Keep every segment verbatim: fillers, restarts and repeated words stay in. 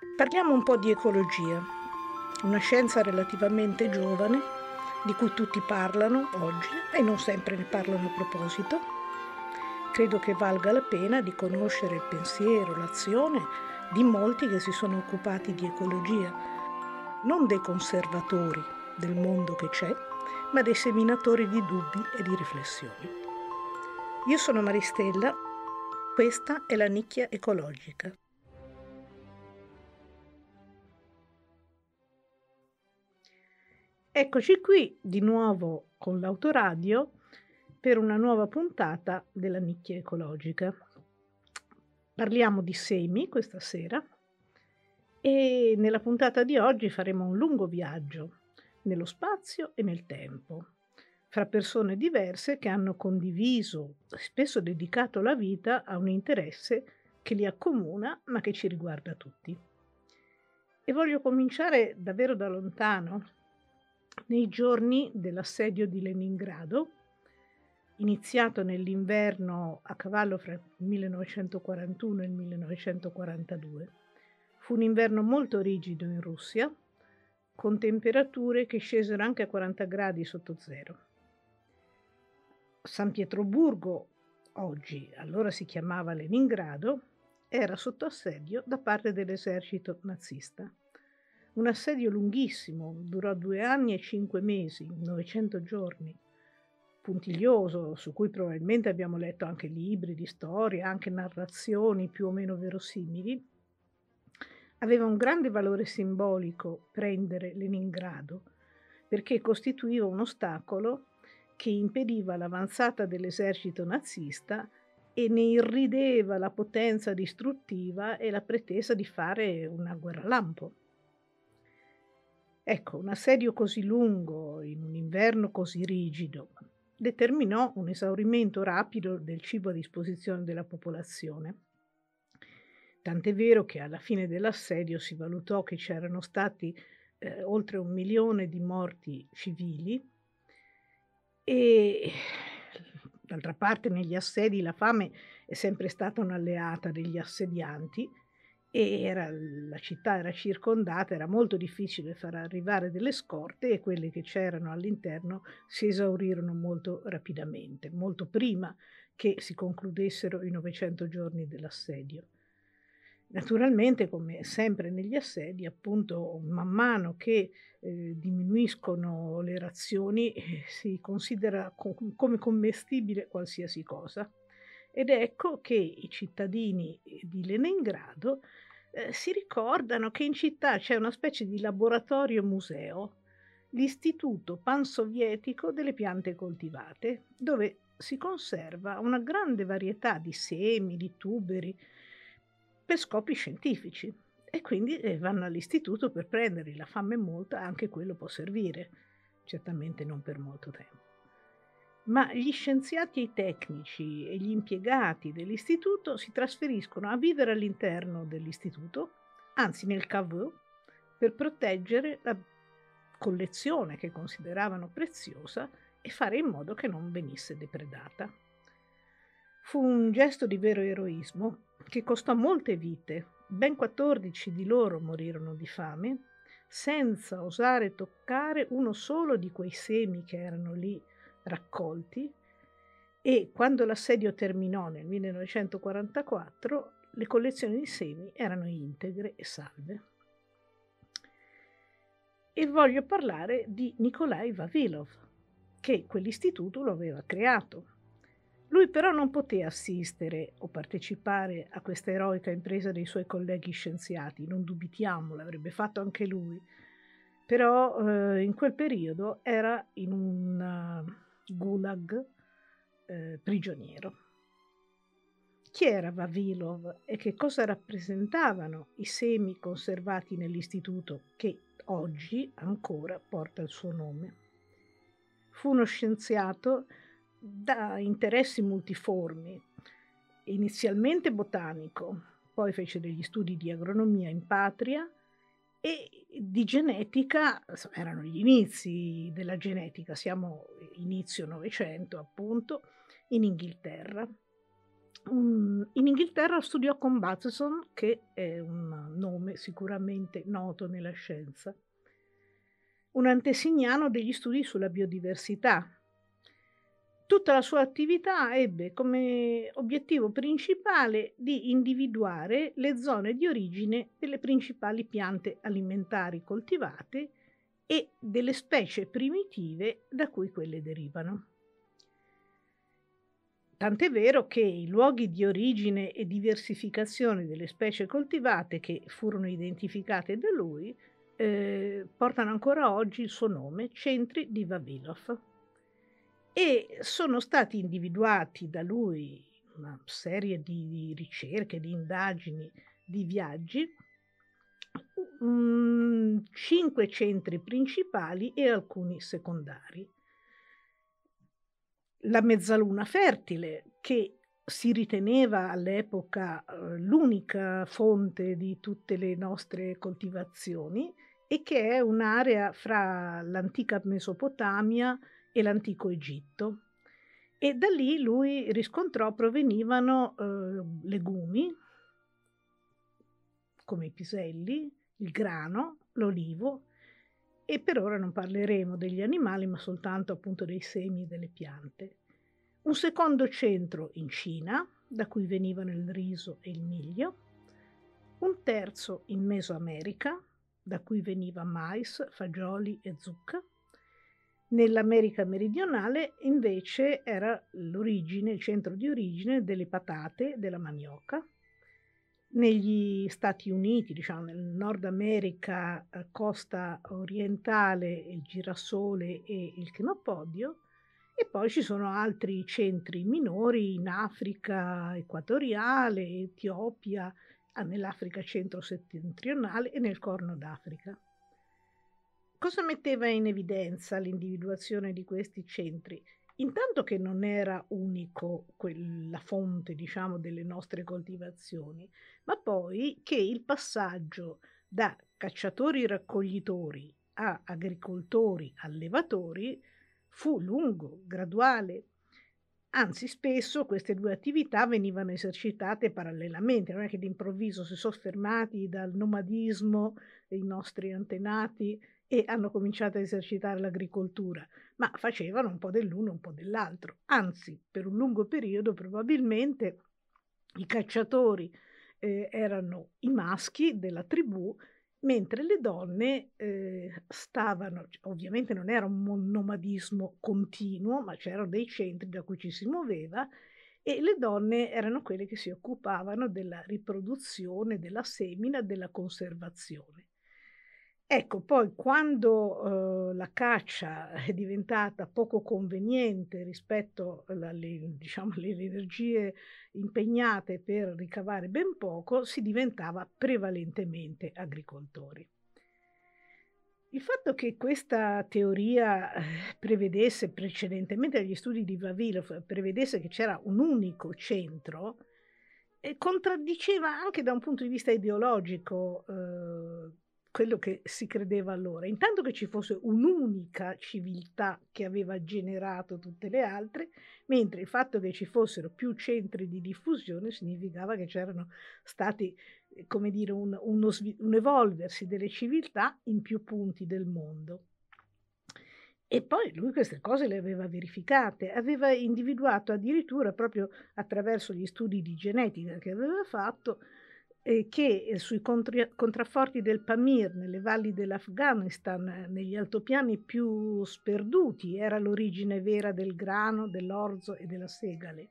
Parliamo un po' di ecologia, una scienza relativamente giovane, di cui tutti parlano oggi e non sempre ne parlano a proposito. Credo che valga la pena di conoscere il pensiero, l'azione di molti che si sono occupati di ecologia, non dei conservatori del mondo che c'è, ma dei seminatori di dubbi e di riflessioni. Io sono Maristella, questa è la Nicchia Ecologica. Eccoci qui di nuovo con l'autoradio per una nuova puntata della Nicchia Ecologica. Parliamo di semi questa sera e nella puntata di oggi faremo un lungo viaggio nello spazio e nel tempo, fra persone diverse che hanno condiviso, spesso dedicato la vita a un interesse che li accomuna ma che ci riguarda tutti. E voglio cominciare davvero da lontano, nei giorni dell'assedio di Leningrado, iniziato nell'inverno a cavallo fra il millenovecentoquarantuno e il millenovecentoquarantadue. Fu un inverno molto rigido in Russia, con temperature che scesero anche a quaranta gradi sotto zero. San Pietroburgo, oggi, allora si chiamava Leningrado, era sotto assedio da parte dell'esercito nazista. Un assedio lunghissimo, durò due anni e cinque mesi, novecento giorni, puntiglioso, su cui probabilmente abbiamo letto anche libri di storia, anche narrazioni più o meno verosimili. Aveva un grande valore simbolico prendere Leningrado, perché costituiva un ostacolo che impediva l'avanzata dell'esercito nazista e ne irrideva la potenza distruttiva e la pretesa di fare una guerra lampo. Ecco, un assedio così lungo, in un inverno così rigido, determinò un esaurimento rapido del cibo a disposizione della popolazione. Tant'è vero che alla fine dell'assedio si valutò che c'erano stati eh, oltre un milione di morti civili e d'altra parte negli assedi la fame è sempre stata un'alleata degli assedianti e era la città era circondata, era molto difficile far arrivare delle scorte e quelle che c'erano all'interno si esaurirono molto rapidamente, molto prima che si concludessero i novecento giorni dell'assedio. Naturalmente, come sempre negli assedi, appunto, man mano che, ehm, diminuiscono le razioni, eh, si considera co come commestibile qualsiasi cosa. Ed ecco che i cittadini, ehm, di Leningrado, ehm, si ricordano che in città c'è una specie di laboratorio museo, l'Istituto Pansovietico delle piante coltivate, dove si conserva una grande varietà di semi, di tuberi, per scopi scientifici e quindi, ehm, vanno all'istituto per prenderli. La fame è molta, anche quello può servire, certamente non per molto tempo. Ma gli scienziati e i tecnici e gli impiegati dell'istituto si trasferiscono a vivere all'interno dell'istituto, anzi nel caveau, per proteggere la collezione che consideravano preziosa e fare in modo che non venisse depredata. Fu un gesto di vero eroismo che costò molte vite, ben quattordici di loro morirono di fame, senza osare toccare uno solo di quei semi che erano lì raccolti e quando l'assedio terminò nel millenovecentoquarantaquattro le collezioni di semi erano integre e salve. E voglio parlare di Nikolai Vavilov, che quell'istituto lo aveva creato. Lui però non poté assistere o partecipare a questa eroica impresa dei suoi colleghi scienziati, non dubitiamo, l'avrebbe fatto anche lui. Però eh, in quel periodo era in un uh, gulag eh, prigioniero. Chi era Vavilov e che cosa rappresentavano i semi conservati nell'istituto che oggi ancora porta il suo nome? Fu uno scienziato da interessi multiformi, inizialmente botanico, poi fece degli studi di agronomia in patria e di genetica, insomma, erano gli inizi della genetica, siamo inizio Novecento appunto, in Inghilterra. Mhmm, in Inghilterra studiò con Bateson, che è un nome sicuramente noto nella scienza, un antesignano degli studi sulla biodiversità. Tutta la sua attività ebbe come obiettivo principale di individuare le zone di origine delle principali piante alimentari coltivate e delle specie primitive da cui quelle derivano. Tant'è vero che i luoghi di origine e diversificazione delle specie coltivate che furono identificate da lui, ehm, portano ancora oggi il suo nome, Centri di Vavilov. E sono stati individuati da lui una serie di di ricerche, di indagini, di viaggi, mhmm, cinque centri principali e alcuni secondari. La mezzaluna fertile, che si riteneva all'epoca, uhm, l'unica fonte di tutte le nostre coltivazioni e che è un'area fra l'antica Mesopotamia e l'antico Egitto. E da lì lui riscontrò provenivano, uhm, legumi come i piselli, il grano, l'olivo e per ora non parleremo degli animali, ma soltanto appunto dei semi delle piante. Un secondo centro in Cina, da cui venivano il riso e il miglio, un terzo in Mesoamerica, da cui veniva mais, fagioli e zucca. Nell'America meridionale invece era l'origine, il centro di origine delle patate, della manioca. Negli Stati Uniti, diciamo nel Nord America, ehm, costa orientale, il girasole e il cnopodio, e poi ci sono altri centri minori in Africa equatoriale, Etiopia, ah, nell'Africa centro-settentrionale e nel Corno d'Africa. Cosa metteva in evidenza l'individuazione di questi centri? Intanto che non era unico quel la fonte, diciamo, delle nostre coltivazioni, ma poi che il passaggio da cacciatori-raccoglitori a agricoltori-allevatori fu lungo, graduale. Anzi, spesso queste due attività venivano esercitate parallelamente, non è che d'improvviso si son fermati dal nomadismo i nostri antenati e hanno cominciato a esercitare l'agricoltura, ma facevano un po' dell'uno, un po' dell'altro. Anzi, per un lungo periodo probabilmente i cacciatori, ehm, erano i maschi della tribù, mentre le donne, ehm, stavano c ovviamente non era un mo nomadismo continuo, ma c'erano dei centri da cui ci si muoveva e le donne erano quelle che si occupavano della riproduzione, della semina, della conservazione. Ecco, poi quando, uhm, la caccia è diventata poco conveniente rispetto alla le diciamo alle le energie impegnate per ricavare ben poco, si diventava prevalentemente agricoltori. Il fatto che questa teoria, eh, prevedesse precedentemente agli studi di Vavilov, prevedesse che c'era un unico centro, ehm, contraddiceva anche da un punto di vista ideologico, uhm, quello che si credeva allora. Intanto che ci fosse un'unica civiltà che aveva generato tutte le altre, mentre il fatto che ci fossero più centri di diffusione significava che c'erano stati, ehm, come dire, un uno svi un evolversi delle civiltà in più punti del mondo. E poi lui queste cose le aveva verificate, aveva individuato addirittura proprio attraverso gli studi di genetica che aveva fatto, ehm, che, ehm, sui contri contrafforti del Pamir, nelle valli dell'Afghanistan, eh, negli altopiani più sperduti, era l'origine vera del grano, dell'orzo e della segale.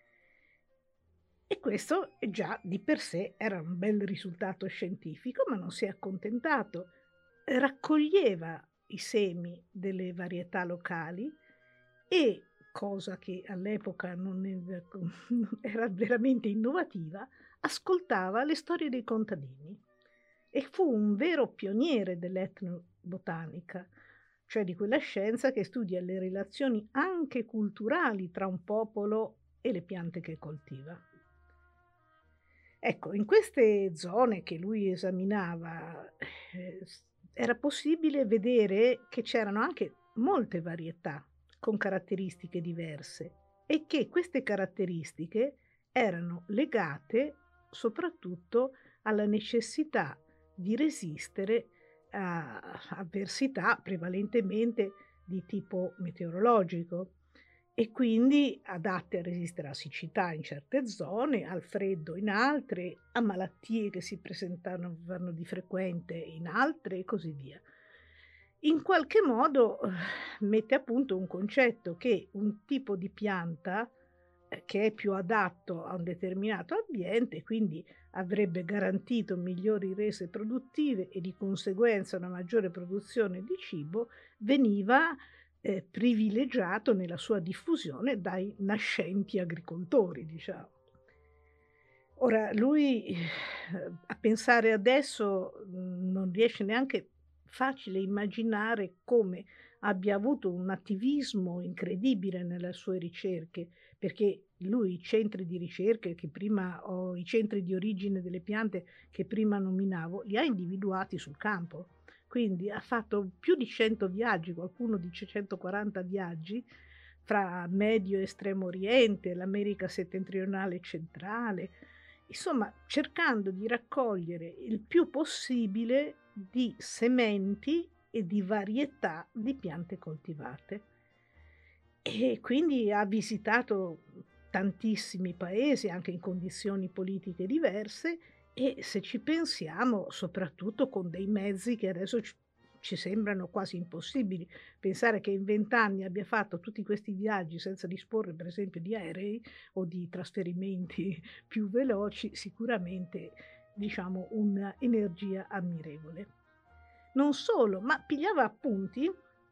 E questo eh, già di per sé era un bel risultato scientifico, ma non si è accontentato. Raccoglieva i semi delle varietà locali e, cosa che all'epoca non eve con era veramente innovativa, ascoltava le storie dei contadini e fu un vero pioniere dell'etnobotanica, cioè di quella scienza che studia le relazioni anche culturali tra un popolo e le piante che coltiva. Ecco, in queste zone che lui esaminava, ehm, s era possibile vedere che c'erano anche molte varietà con caratteristiche diverse e che queste caratteristiche erano legate soprattutto alla necessità di resistere a avversità prevalentemente di tipo meteorologico e quindi adatte a resistere alla siccità in certe zone, al freddo in altre, a malattie che si presentavano di frequente in altre e così via. In qualche modo, eh, mette a punto un concetto che un tipo di pianta, ehm, che è più adatto a un determinato ambiente, quindi avrebbe garantito migliori rese produttive e di conseguenza una maggiore produzione di cibo, veniva, ehm, privilegiato nella sua diffusione dai nascenti agricoltori, diciamo. Ora lui, ehm, a pensare adesso, mhmm, non riesce neanche facile immaginare come abbia avuto un attivismo incredibile nelle sue ricerche, perché lui i centri di ricerche che prima ho i centri di origine delle piante che prima nominavo, li ha individuati sul campo. Quindi ha fatto più di cento viaggi, qualcuno dice centoquaranta viaggi, fra Medio e Estremo Oriente, l'America settentrionale e centrale, insomma cercando di raccogliere il più possibile di sementi e di varietà di piante coltivate. E quindi ha visitato tantissimi paesi, anche in condizioni politiche diverse e se ci pensiamo, soprattutto con dei mezzi che adesso c ci sembrano quasi impossibili. Pensare che in venti anni abbia fatto tutti questi viaggi senza disporre, per esempio, di aerei o di trasferimenti più veloci, sicuramente, diciamo, un'energia ammirevole. Non solo, ma pigliava appunti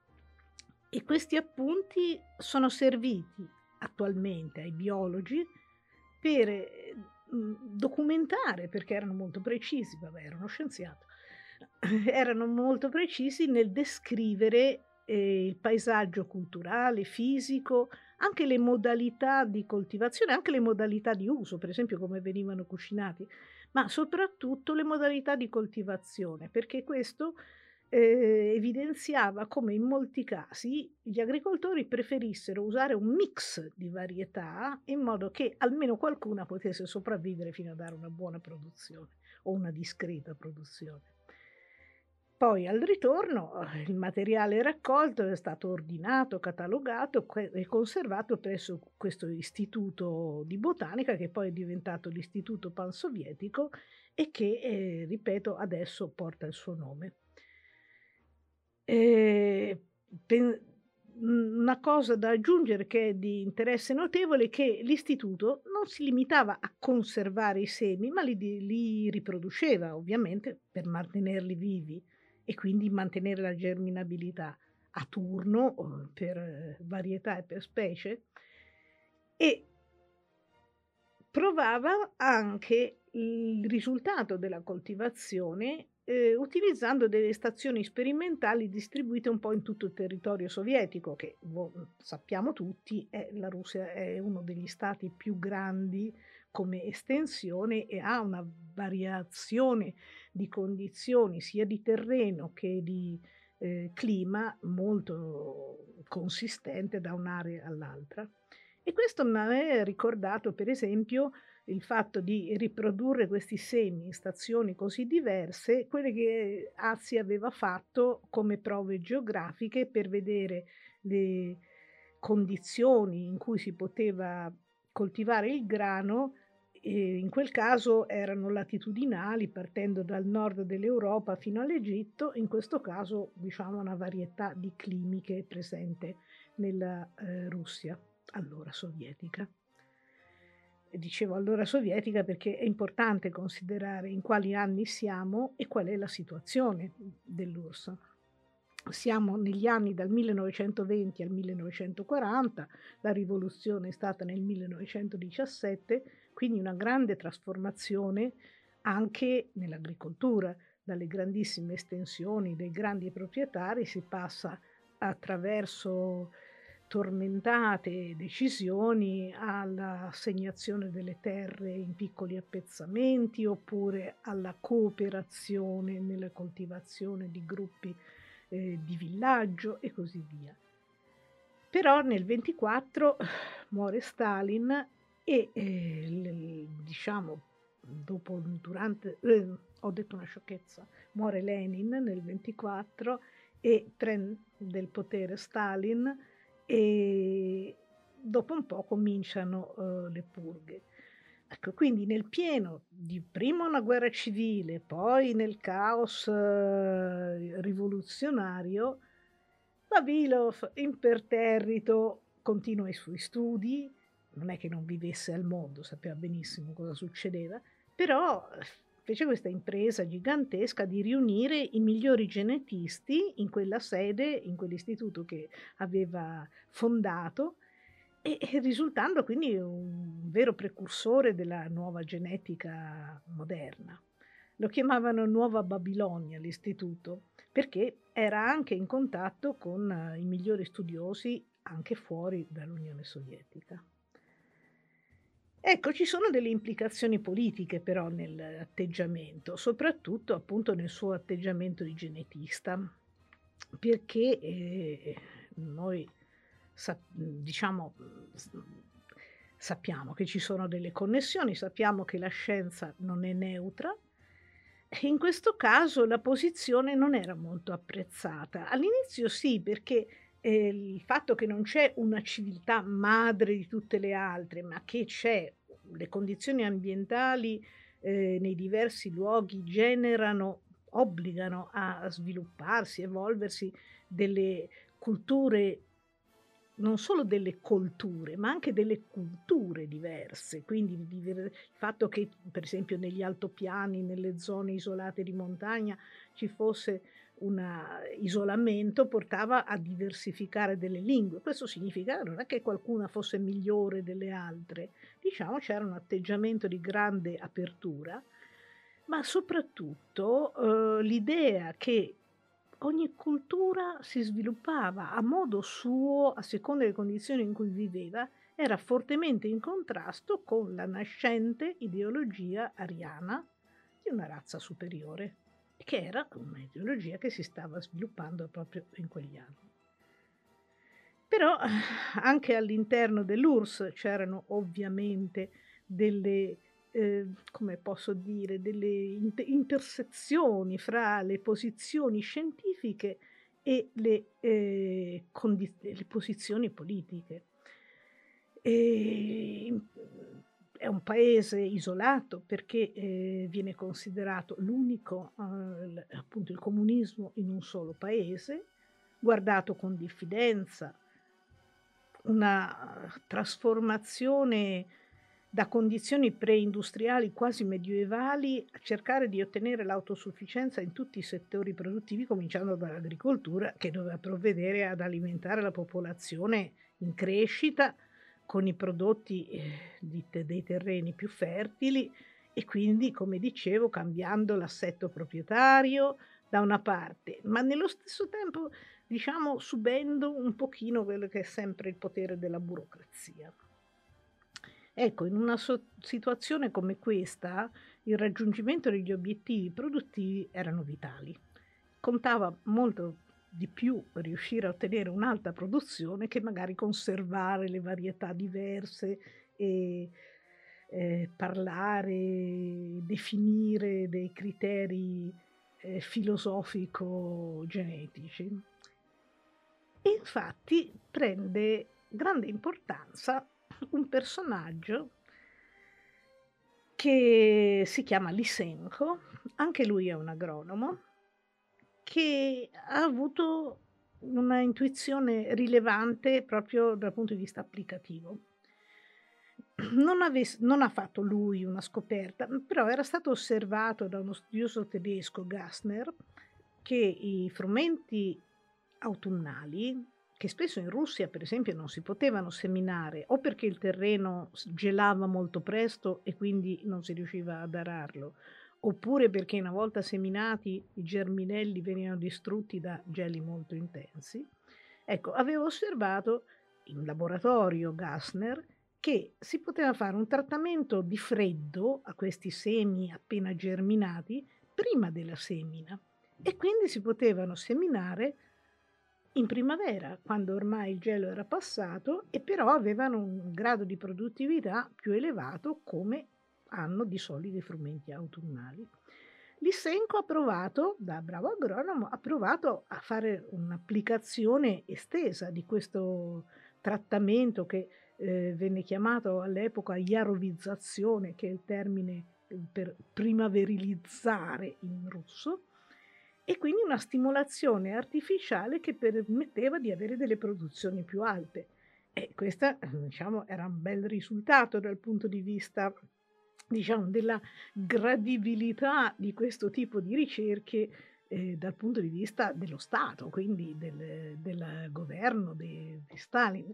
e questi appunti sono serviti attualmente ai biologi per, ehm, mhmm, documentare, perché erano molto precisi, vabbè era uno scienziato, erano molto precisi nel descrivere, ehm, il paesaggio culturale, fisico, anche le modalità di coltivazione, anche le modalità di uso, per esempio come venivano cucinati, ma soprattutto le modalità di coltivazione, perché questo, ehm, evidenziava come in molti casi gli agricoltori preferissero usare un mix di varietà, in modo che almeno qualcuna potesse sopravvivere fino a dare una buona produzione o una discreta produzione. Poi al ritorno, uhm, il materiale raccolto è stato ordinato, catalogato que e conservato presso questo istituto di botanica, che poi è diventato l'Istituto Pansovietico e che, ehm, ripeto, adesso porta il suo nome. Ehm, pen mhmm, una cosa da aggiungere che è di interesse notevole è che l'istituto non si limitava a conservare i semi, ma li di li riproduceva ovviamente per mantenerli vivi e quindi mantenere la germinabilità a turno, uhm, per eh, varietà e per specie e provava anche il risultato della coltivazione, ehm, utilizzando delle stazioni sperimentali distribuite un po' in tutto il territorio sovietico che, vo mhmm, sappiamo tutti, è la Russia è uno degli stati più grandi come estensione e ha una variazione di condizioni sia di terreno che di, ehm, clima molto consistente da un'area all'altra. E questo m'aveva ricordato, per esempio, il fatto di riprodurre questi semi in stazioni così diverse, quelle che Hazi aveva fatto come prove geografiche per vedere le condizioni in cui si poteva coltivare il grano, e in quel caso erano latitudinali, partendo dal nord dell'Europa fino all'Egitto, in questo caso diciamo una varietà di climiche presente nella, ehm, Russia allora sovietica. E dicevo allora sovietica perché è importante considerare in quali anni siamo e qual è la situazione, mhmm, dell'U R S S. Siamo negli anni dal millenovecentoventi al millenovecentoquaranta, la rivoluzione è stata nel millenovecentodiciassette, quindi una grande trasformazione anche nell'agricoltura. Dalle grandissime estensioni, dei grandi proprietari si passa attraverso tormentate decisioni all'assegnazione delle terre in piccoli appezzamenti, oppure alla cooperazione nella coltivazione di gruppi, ehm, di villaggio e così via. Però nel ventiquattro muore Stalin e, ehm, l diciamo dopo durante ehm, ho detto una sciocchezza, muore Lenin nel ventiquattro e prende il potere Stalin, e dopo un po' cominciano, uhm, le purghe. Ecco, quindi nel pieno di prima una guerra civile, poi nel caos eh, rivoluzionario, Vavilov imperterrito continua i suoi studi, non è che non vivesse al mondo, sapeva benissimo cosa succedeva, però eh, fece questa impresa gigantesca di riunire i migliori genetisti in quella sede, in quell'istituto che aveva fondato, e e risultando quindi un vero precursore della nuova genetica moderna. Lo chiamavano Nuova Babilonia l'istituto, perché era anche in contatto con eh, i migliori studiosi anche fuori dall'Unione Sovietica. Ecco, ci sono delle implicazioni politiche però nell'atteggiamento, soprattutto appunto nel suo atteggiamento di genetista, perché, ehm, noi sa mhmm, diciamo, mhmm, s mhmm, sappiamo che ci sono delle connessioni, sappiamo che la scienza non è neutra, e in questo caso la posizione non era molto apprezzata. All'inizio sì, perché, ehm, il fatto che non c'è una civiltà madre di tutte le altre, ma che c'è le condizioni ambientali, ehm, nei diversi luoghi generano obbligano a svilupparsi, evolversi delle culture, non solo delle colture, ma anche delle culture diverse. Quindi vivere il fatto che, per esempio, negli altopiani, nelle zone isolate di montagna ci fosse una isolamento portava a diversificare delle lingue. Questo significa non è che qualcuna fosse migliore delle altre, diciamo c'era un atteggiamento di grande apertura, ma soprattutto, uhm, l'idea che ogni cultura si sviluppava a modo suo, a seconda delle condizioni in cui viveva, era fortemente in contrasto con la nascente ideologia ariana di una razza superiore, che era un'ideologia che si stava sviluppando proprio in quegli anni. Però eh, anche all'interno dell'U R S S c'erano ovviamente delle, ehm, come posso dire, delle int intersezioni fra le posizioni scientifiche e le, ehm, condiz le posizioni politiche. Ehm, mhmm, è un paese isolato perché, ehm, viene considerato l'unico, uhm, l appunto il comunismo in un solo paese, guardato con diffidenza, una eh, trasformazione da condizioni preindustriali quasi medievali a cercare di ottenere l'autosufficienza in tutti i settori produttivi, cominciando dall'agricoltura che doveva provvedere ad alimentare la popolazione in crescita con i prodotti, ehm, di te dei terreni più fertili, e quindi, come dicevo, cambiando l'assetto proprietario da una parte, ma nello stesso tempo, diciamo, subendo un pochino quello che è sempre il potere della burocrazia. Ecco, in una so situazione come questa, il raggiungimento degli obiettivi produttivi erano vitali. Contava molto di più riuscire a ottenere un'alta produzione che magari conservare le varietà diverse e, ehm, parlare, definire dei criteri, ehm, filosofico-genetici. E infatti prende grande importanza un personaggio che si chiama Lysenko, anche lui è un agronomo, che ha avuto una intuizione rilevante proprio dal punto di vista applicativo. Non aves non ha fatto lui una scoperta, mhmm, però era stato osservato da uno studioso tedesco, Gassner, che i frumenti autunnali, che spesso in Russia per esempio non si potevano seminare, o perché il terreno s gelava molto presto e quindi non si riusciva ad ararlo, oppure perché una volta seminati i germinelli venivano distrutti da geli molto intensi. Ecco, aveva osservato in laboratorio Gassner che si poteva fare un trattamento di freddo a questi semi appena germinati prima della semina, e quindi si potevano seminare in primavera, quando ormai il gelo era passato e però avevano un grado di produttività più elevato come hanno di solito i frumenti autunnali. Lysenko ha provato, da bravo agronomo, ha provato a fare un'applicazione estesa di questo trattamento che, ehm, venne chiamato all'epoca iarovizzazione, che è il termine, ehm, per primaverilizzare in russo, e quindi una stimolazione artificiale che permetteva di avere delle produzioni più alte. E questa, ehm, diciamo, era un bel risultato dal punto di vista, diciamo, della gradibilità di questo tipo di ricerche, ehm, dal punto di vista dello Stato, quindi del del governo de di Stalin.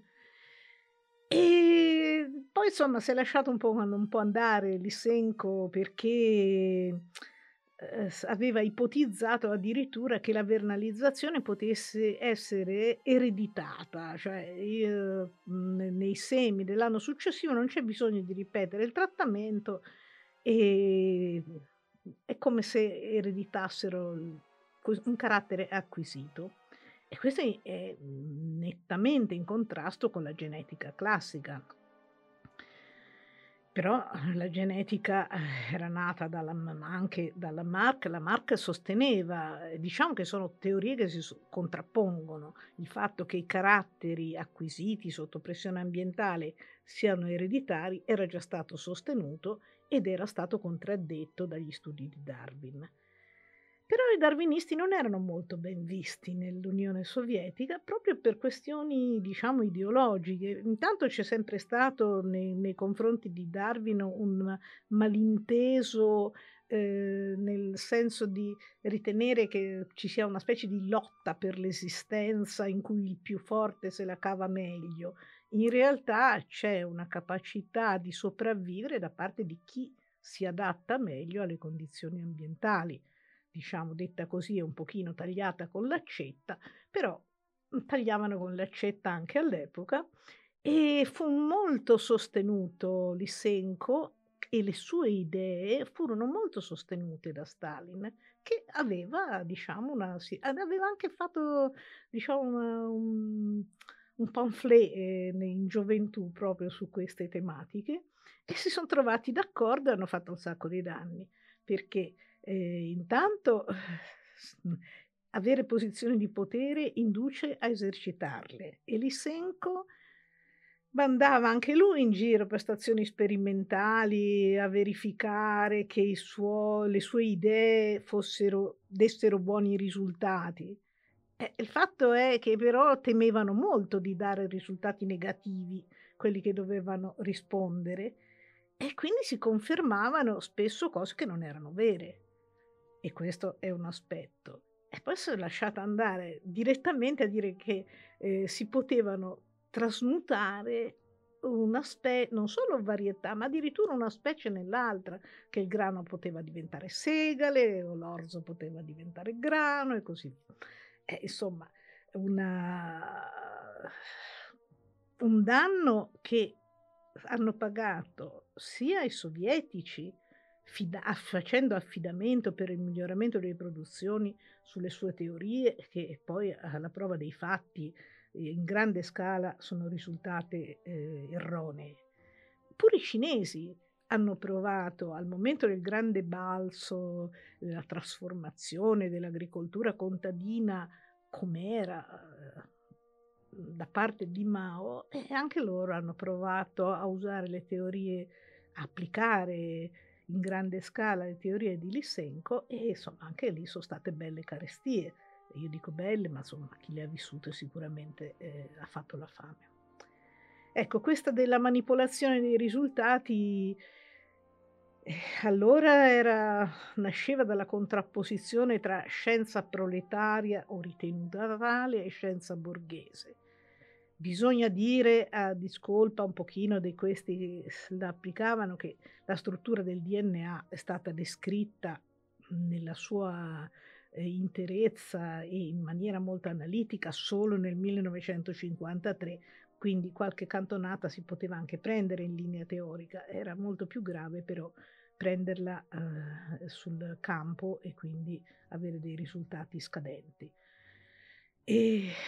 Ehm, poi insomma si è lasciato un po' un po' andare Lysenko perché, ehm, s aveva ipotizzato addirittura che la vernalizzazione potesse essere ereditata, cioè io mhmm, ne nei semi dell'anno successivo non c'è bisogno di ripetere il trattamento, ehm, è come se ereditassero il ques un carattere acquisito. E questo è è, mhmm, nettamente in contrasto con la genetica classica. Però, eh, la genetica, eh, era nata dalla m ma anche dalla Mark. La Mark sosteneva, ehm, diciamo che sono teorie che si s contrappongono, il fatto che i caratteri acquisiti sotto pressione ambientale siano ereditari era già stato sostenuto ed era stato contraddetto dagli studi di Darwin. Però i darwinisti non erano molto ben visti nell'Unione Sovietica proprio per questioni, diciamo, ideologiche. Intanto c'è sempre stato nei nei confronti di Darwin un malinteso, ehm, nel senso di ritenere che ci sia una specie di lotta per l'esistenza in cui il più forte se la cava meglio. In realtà c'è una capacità di sopravvivere da parte di chi si adatta meglio alle condizioni ambientali. Diciamo, detta così è un pochino tagliata con l'accetta, però, mhmm, tagliavano con l'accetta anche all'epoca, e fu molto sostenuto Lysenko e le sue idee furono molto sostenute da Stalin, che aveva, diciamo, una si ad aveva anche fatto, diciamo, una un un pamphlet, ehm, ne in gioventù proprio su queste tematiche, e si son trovati d'accordo e hanno fatto un sacco di danni, perché Ehm, intanto s mhmm, avere posizioni di potere induce a esercitarle, e Lysenko mandava anche lui in giro per stazioni sperimentali a verificare che i suo le sue idee fossero dessero buoni risultati. Eh, il fatto è che però temevano molto di dare risultati negativi, quelli che dovevano rispondere, e quindi si confermavano spesso cose che non erano vere. E questo è un aspetto. E poi s'è lasciata andare direttamente a dire che, ehm, si potevano trasmutare una spe non solo varietà, ma addirittura una specie nell'altra, che il grano poteva diventare segale o l'orzo poteva diventare grano e così via. Eh, insomma, una un danno che hanno pagato sia i sovietici, fida aff facendo affidamento per il miglioramento delle produzioni sulle sue teorie, che poi alla prova dei fatti, ehm, in grande scala sono risultate, ehm, erronee. Pure i cinesi hanno provato al momento del grande balzo, della trasformazione dell'agricoltura contadina com'era, uhm, da parte di Mao, e anche loro hanno provato a usare le teorie, a applicare in grande scala le teorie di Lysenko, e insomma anche lì son state belle carestie. Io dico belle, ma insomma chi le ha vissute sicuramente, ehm, ha fatto la fame. Ecco, questa della manipolazione dei risultati, eh, allora era nasceva dalla contrapposizione tra scienza proletaria o ritenuta tale e scienza borghese. Bisogna dire, a discolpa un pochino di questi che s la applicavano, che la struttura del D N A è stata descritta nella sua, ehm, interezza e in maniera molto analitica solo nel millenovecentocinquantatré, quindi qualche cantonata si poteva anche prendere in linea teorica. Era molto più grave però prenderla, uhm, sul campo e quindi avere dei risultati scadenti. Ehm,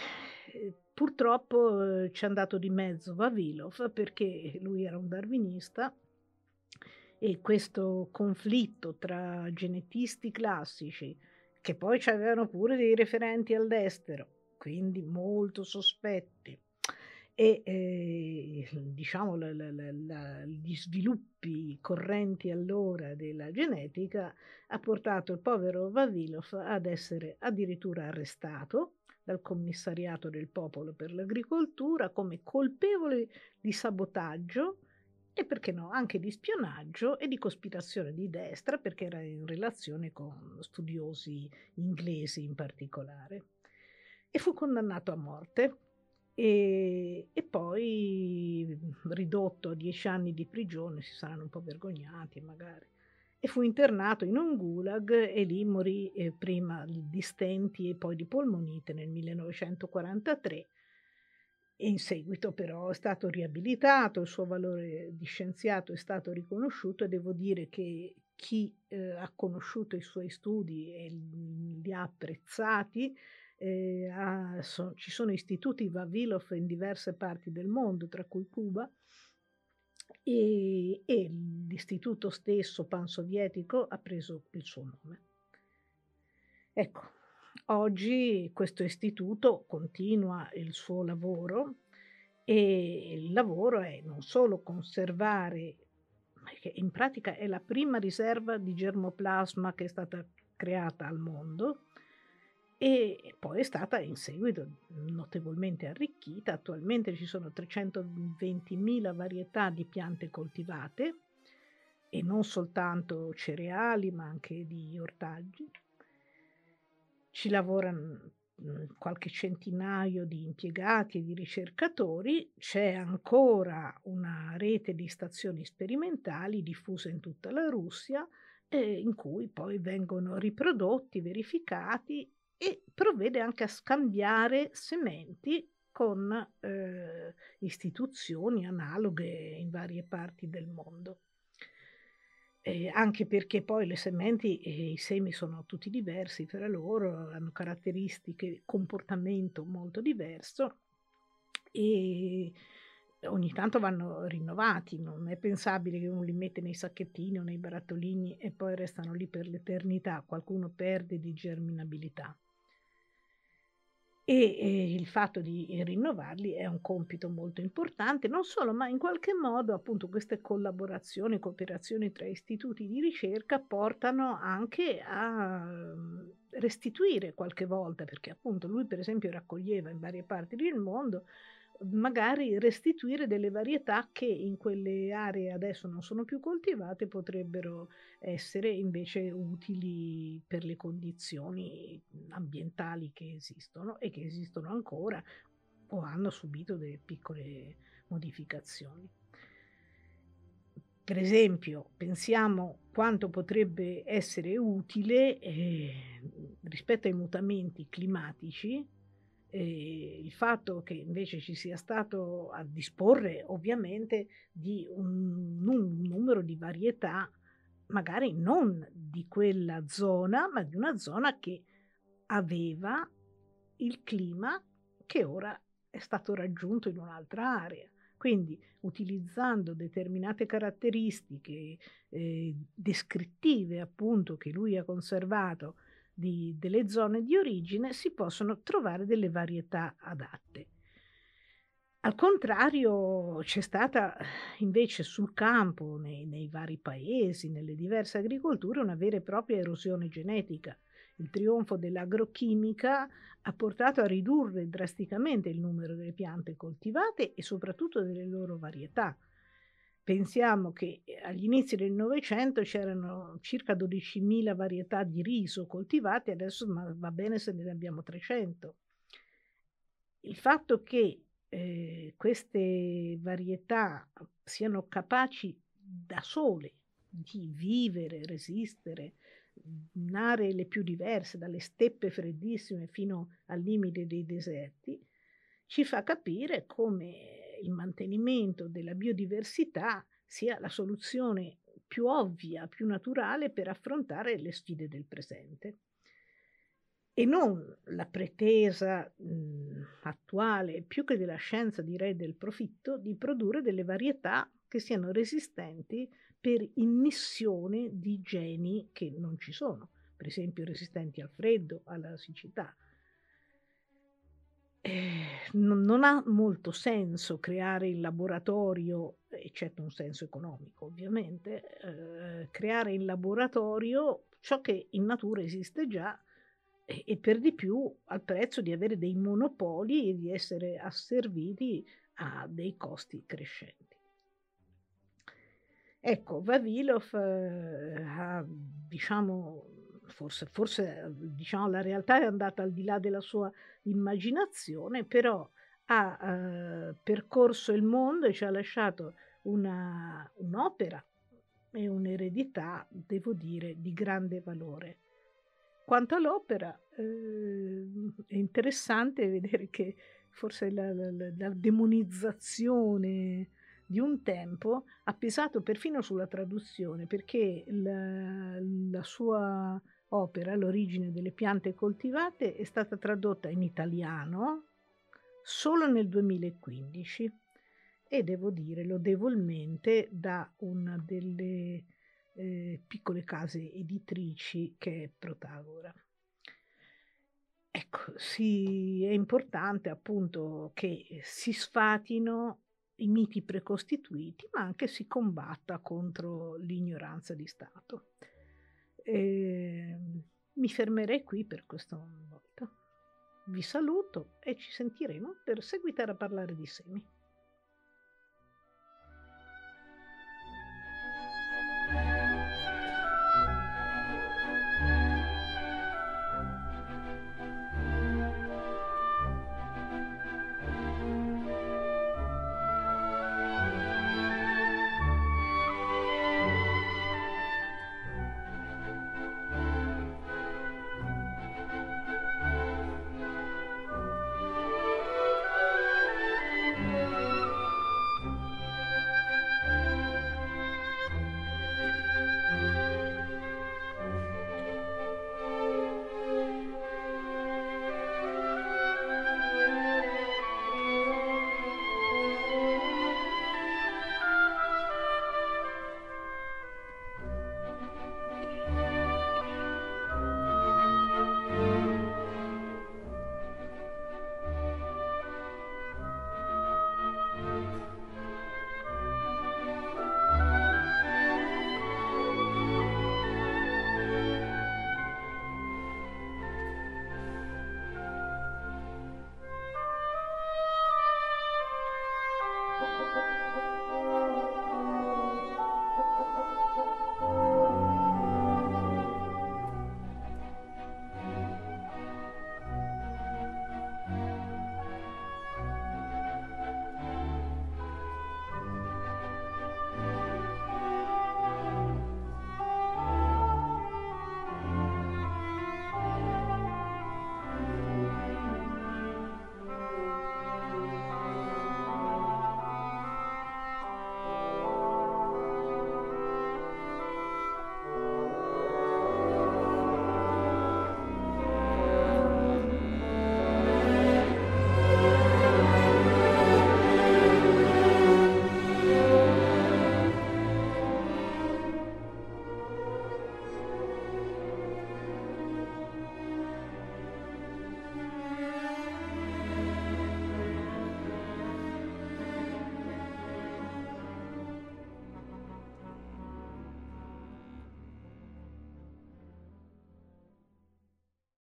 ehm, purtroppo, uhm, c'è andato di mezzo Vavilov perché lui era un darwinista e questo conflitto tra genetisti classici, che poi c'avevano pure dei referenti all'estero, quindi molto sospetti, e, ehm, diciamo la la la la gli sviluppi correnti allora della genetica, ha portato il povero Vavilov ad essere addirittura arrestato dal Commissariato del Popolo per l'Agricoltura come colpevole di sabotaggio e, perché no, anche di spionaggio e di cospirazione di destra, perché era in relazione con studiosi inglesi in particolare. E fu condannato a morte, e e poi, mhmm, ridotto a dieci anni di prigione, si saranno un po' vergognati magari, e fu internato in un gulag e lì morì, ehm, prima di di stenti e poi di polmonite nel millenovecentoquarantatré. E in seguito però è stato riabilitato, il suo valore di scienziato è stato riconosciuto e devo dire che chi, ehm, ha conosciuto i suoi studi e l li ha apprezzati, ehm, ha so ci sono istituti Vavilov in diverse parti del mondo, tra cui Cuba, e e l'istituto stesso pansovietico ha preso il suo nome. Ecco, oggi questo istituto continua il suo lavoro e il lavoro è non solo conservare, ma che in pratica è la prima riserva di germoplasma che è stata creata al mondo, e poi è stata in seguito notevolmente arricchita. Attualmente ci sono trecentoventimila varietà di piante coltivate e non soltanto cereali, ma anche di ortaggi. Ci lavoran, mhmm, qualche centinaio di impiegati e di ricercatori, c'è ancora una rete di stazioni sperimentali diffuse in tutta la Russia, ehm, in cui poi vengono riprodotti, verificati e provvede anche a scambiare sementi con, ehm, istituzioni analoghe in varie parti del mondo. Ehm, anche perché poi le sementi e i semi sono tutti diversi fra loro, hanno caratteristiche, comportamento molto diverso e ogni tanto vanno rinnovati, non è pensabile che uno li mette nei sacchettini o nei barattolini e poi restano lì per l'eternità, qualcuno perde di germinabilità. E, ehm, il fatto di rinnovarli è un compito molto importante, non solo, ma in qualche modo appunto queste collaborazioni, cooperazioni tra istituti di ricerca portano anche a, mhmm, restituire qualche volta, perché appunto lui per esempio raccoglieva in varie parti del mondo, magari restituire delle varietà che in quelle aree adesso non sono più coltivate, potrebbero essere invece utili per le condizioni, mhmm, ambientali che esistono e che esistono ancora o hanno subito delle piccole modificazioni. Per esempio, pensiamo quanto potrebbe essere utile, ehm, rispetto ai mutamenti climatici, ehm, il fatto che invece ci sia stato a disporre ovviamente di un un numero di varietà, magari non di quella zona, ma di una zona che aveva il clima che ora è stato raggiunto in un'altra area. Quindi utilizzando determinate caratteristiche, ehm, descrittive appunto che lui ha conservato di delle zone di origine, si possono trovare delle varietà adatte. Al contrario, c'è stata invece sul campo, nei nei vari paesi, nelle diverse agricolture, una vera e propria erosione genetica. Il trionfo dell'agrochimica ha portato a ridurre drasticamente il numero delle piante coltivate e soprattutto delle loro varietà. Pensiamo che, ehm, agli inizi del Novecento c'erano circa dodicimila varietà di riso coltivate, adesso ma va bene se ne abbiamo trecento. Il fatto che, ehm, queste varietà siano capaci da sole di vivere, resistere, mhmm, in aree le più diverse, dalle steppe freddissime fino al limite dei deserti, ci fa capire come il mantenimento della biodiversità sia la soluzione più ovvia, più naturale per affrontare le sfide del presente. e non la pretesa, mhmm, attuale, più che della scienza direi del profitto, di produrre delle varietà che siano resistenti per immissione di geni che non ci sono, per esempio resistenti al freddo, alla siccità. Ehm, non non ha molto senso creare in laboratorio, eccetto un senso economico ovviamente, uhm, creare in laboratorio ciò che in natura esiste già e e per di più al prezzo di avere dei monopoli e di essere asserviti a dei costi crescenti. Ecco, Vavilov, ehm, ha diciamo forse forse, uhm, diciamo la realtà è andata al di là della sua immaginazione, però ha, uhm, percorso il mondo e ci ha lasciato una un'opera e un'eredità, devo dire, di grande valore. Quanto all'opera, uhm, è interessante vedere che forse la la la la demonizzazione di un tempo ha pesato perfino sulla traduzione, perché la la sua opera, "L'origine delle piante coltivate", è stata tradotta in italiano solo nel duemilaquindici e devo dire lodevolmente da una delle, ehm, piccole case editrici che è Protagora. Ecco, sì, è importante appunto che si sfatino i miti precostituiti, ma anche si combatta contro l'ignoranza di Stato. Ehm, Mi fermerei qui per questa volta. Vi saluto e ci sentiremo per seguitare a parlare di semi.